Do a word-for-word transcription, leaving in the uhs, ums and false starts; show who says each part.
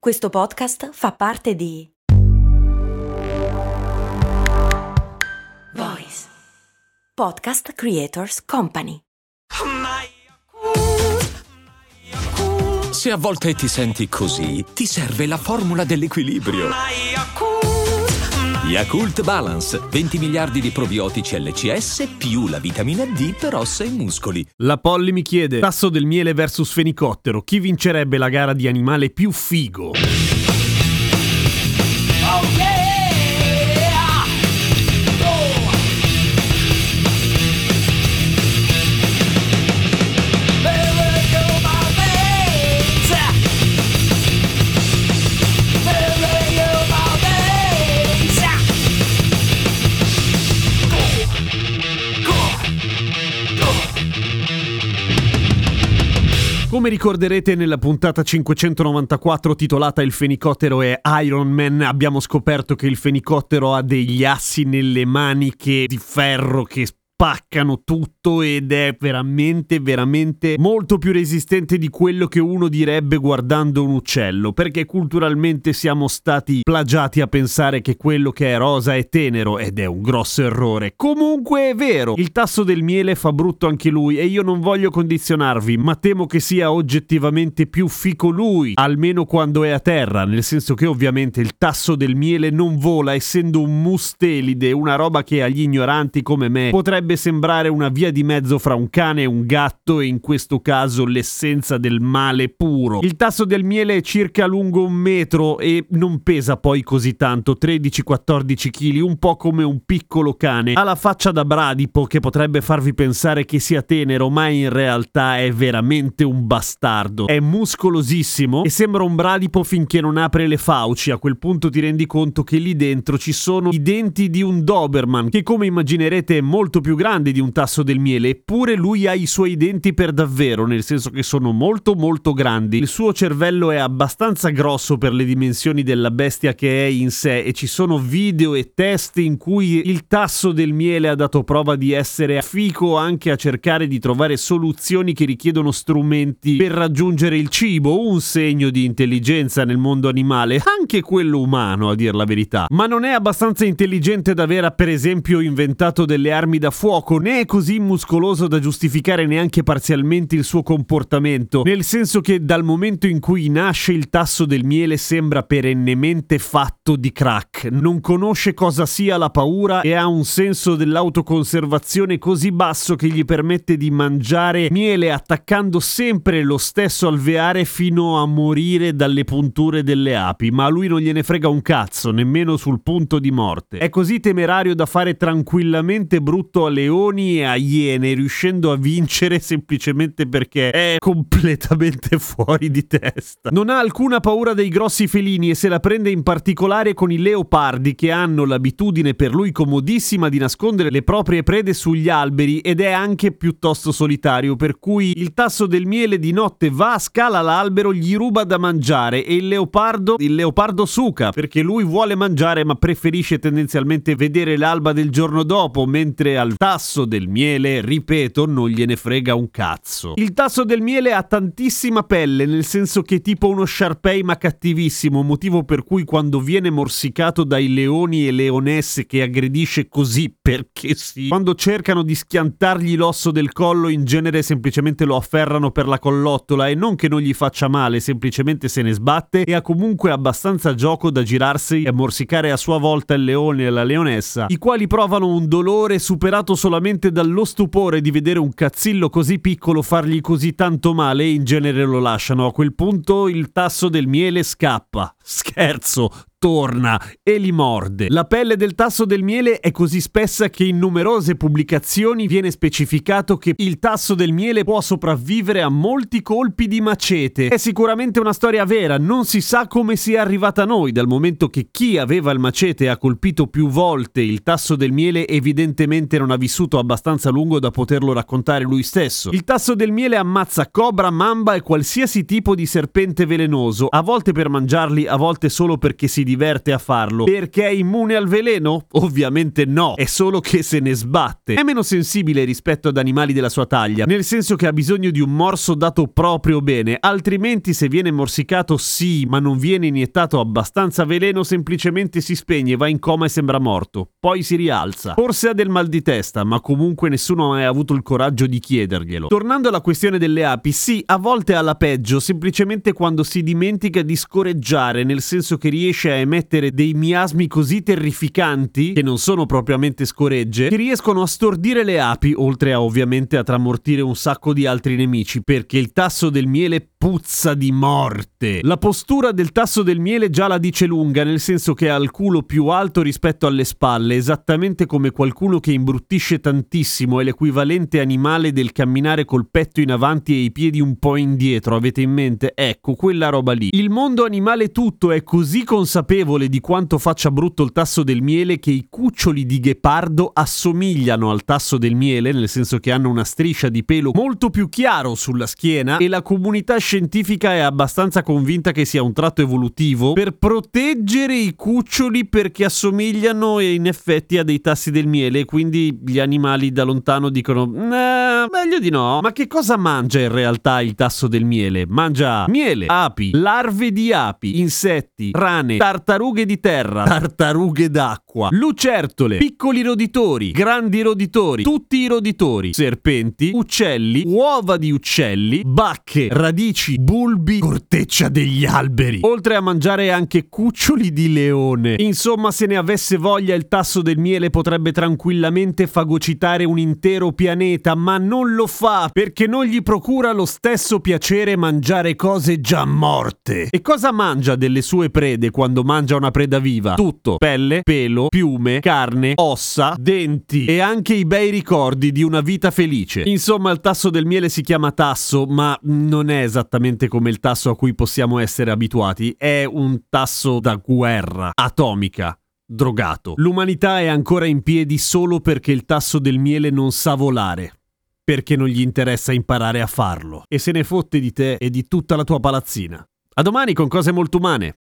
Speaker 1: Questo podcast fa parte di Voice Podcast Creators Company.
Speaker 2: Se a volte ti senti così, ti serve la formula dell'equilibrio. Yakult Balance, venti miliardi di probiotici L C S più la vitamina D per ossa e muscoli.
Speaker 3: La Polly mi chiede: tasso del miele versus fenicottero, chi vincerebbe la gara di animale più figo?
Speaker 4: Oh yeah! Oh! Wherever go my veins, wherever go my veins, go, go, go.
Speaker 3: Come ricorderete, nella puntata cinquecentonovantaquattro titolata Il fenicottero è Iron Man, abbiamo scoperto che il fenicottero ha degli assi nelle maniche di ferro che spaccano tutto ed è veramente veramente molto più resistente di quello che uno direbbe guardando un uccello, perché culturalmente siamo stati plagiati a pensare che quello che è rosa è tenero, ed è un grosso errore. Comunque è vero, il tasso del miele fa brutto anche lui e io non voglio condizionarvi, ma temo che sia oggettivamente più fico lui, almeno quando è a terra, nel senso che ovviamente il tasso del miele non vola, essendo un mustelide, una roba che agli ignoranti come me potrebbe sembrare una via di mezzo fra un cane e un gatto, e in questo caso l'essenza del male puro. Il tasso del miele è circa lungo un metro e non pesa poi così tanto, tredici quattordici chili, un po' come un piccolo cane. Ha la faccia da bradipo che potrebbe farvi pensare che sia tenero, ma in realtà è veramente un bastardo. È muscolosissimo e sembra un bradipo finché non apre le fauci. A quel punto ti rendi conto che lì dentro ci sono i denti di un Doberman, che come immaginerete è molto più grande di un tasso del miele, eppure lui ha i suoi denti per davvero, nel senso che sono molto molto grandi. Il suo cervello è abbastanza grosso per le dimensioni della bestia che è in sé, e ci sono video e test in cui il tasso del miele ha dato prova di essere fico anche a cercare di trovare soluzioni che richiedono strumenti per raggiungere il cibo, un segno di intelligenza nel mondo animale, anche quello umano a dir la verità. Ma non è abbastanza intelligente da aver per esempio inventato delle armi da fuoco, né è così muscoloso da giustificare neanche parzialmente il suo comportamento, nel senso che dal momento in cui nasce il tasso del miele sembra perennemente fatto di crack, non conosce cosa sia la paura e ha un senso dell'autoconservazione così basso che gli permette di mangiare miele attaccando sempre lo stesso alveare fino a morire dalle punture delle api, ma a lui non gliene frega un cazzo, nemmeno sul punto di morte. È così temerario da fare tranquillamente brutto a leoni e a iene, riuscendo a vincere semplicemente perché è completamente fuori di testa. Non ha alcuna paura dei grossi felini e se la prende in particolare con i leopardi, che hanno l'abitudine per lui comodissima di nascondere le proprie prede sugli alberi, ed è anche piuttosto solitario, per cui il tasso del miele di notte va, scala l'albero, gli ruba da mangiare e il leopardo il leopardo suca, perché lui vuole mangiare ma preferisce tendenzialmente vedere l'alba del giorno dopo, mentre al tasso del miele, ripeto, non gliene frega un cazzo. Il tasso del miele ha tantissima pelle, nel senso che è tipo uno Shar-Pei ma cattivissimo, motivo per cui quando viene morsicato dai leoni e leonesse che aggredisce così perché sì, quando cercano di schiantargli l'osso del collo in genere semplicemente lo afferrano per la collottola, e non che non gli faccia male, semplicemente se ne sbatte, e ha comunque abbastanza gioco da girarsi e morsicare a sua volta il leone e la leonessa, i quali provano un dolore superato solamente dallo stupore di vedere un cazzillo così piccolo fargli così tanto male, e in genere lo lasciano. A quel punto il tasso del miele scappa. Scherzo, torna e li morde. La pelle del tasso del miele è così spessa che in numerose pubblicazioni viene specificato che il tasso del miele può sopravvivere a molti colpi di macete. È sicuramente una storia vera, non si sa come sia arrivata a noi, dal momento che chi aveva il macete e ha colpito più volte il tasso del miele evidentemente non ha vissuto abbastanza a lungo da poterlo raccontare lui stesso. Il tasso del miele ammazza cobra, mamba e qualsiasi tipo di serpente velenoso, a volte per mangiarli, a volte solo perché si diverte a farlo. Perché è immune al veleno? Ovviamente no, è solo che se ne sbatte. È meno sensibile rispetto ad animali della sua taglia, nel senso che ha bisogno di un morso dato proprio bene, altrimenti se viene morsicato sì, ma non viene iniettato abbastanza veleno, semplicemente si spegne, va in coma e sembra morto. Poi si rialza. Forse ha del mal di testa, ma comunque nessuno ha mai avuto il coraggio di chiederglielo. Tornando alla questione delle api, sì, a volte ha la peggio, semplicemente quando si dimentica di scoreggiare, nel senso che riesce a emettere dei miasmi così terrificanti, che non sono propriamente scoregge, che riescono a stordire le api, oltre a ovviamente a tramortire un sacco di altri nemici, perché il tasso del miele puzza di morte. La postura del tasso del miele già la dice lunga, nel senso che ha il culo più alto rispetto alle spalle, esattamente come qualcuno che imbruttisce tantissimo, è l'equivalente animale del camminare col petto in avanti e i piedi un po' indietro, avete in mente? Ecco, quella roba lì. Il mondo animale tutto è così consapevole di quanto faccia brutto il tasso del miele che i cuccioli di ghepardo assomigliano al tasso del miele, nel senso che hanno una striscia di pelo molto più chiaro sulla schiena, e la comunità scientifica è abbastanza convinta che sia un tratto evolutivo per proteggere i cuccioli, perché assomigliano in effetti a dei tassi del miele, quindi gli animali da lontano dicono nah, meglio di no. Ma che cosa mangia in realtà il tasso del miele? Mangia miele, api, larve di api, insetti, rane, tartarughe di terra, tartarughe d'acqua, lucertole, piccoli roditori, grandi roditori, tutti i roditori, serpenti, uccelli, uova di uccelli, bacche, radici, bulbi, corteccia degli alberi, oltre a mangiare anche cuccioli di leone. Insomma, se ne avesse voglia, il tasso del miele potrebbe tranquillamente fagocitare un intero pianeta, ma non lo fa perché non gli procura lo stesso piacere mangiare cose già morte. E cosa mangia delle sue prede quando mangia una preda viva? Tutto: pelle, pelo, piume, carne, ossa, denti e anche i bei ricordi di una vita felice. Insomma, il tasso del miele si chiama tasso, ma non è esattamente come il tasso a cui possiamo essere abituati. È un tasso da guerra atomica, drogato. L'umanità è ancora in piedi solo perché il tasso del miele non sa volare, perché non gli interessa imparare a farlo, e se ne fotte di te e di tutta la tua palazzina. A domani con cose molto umane.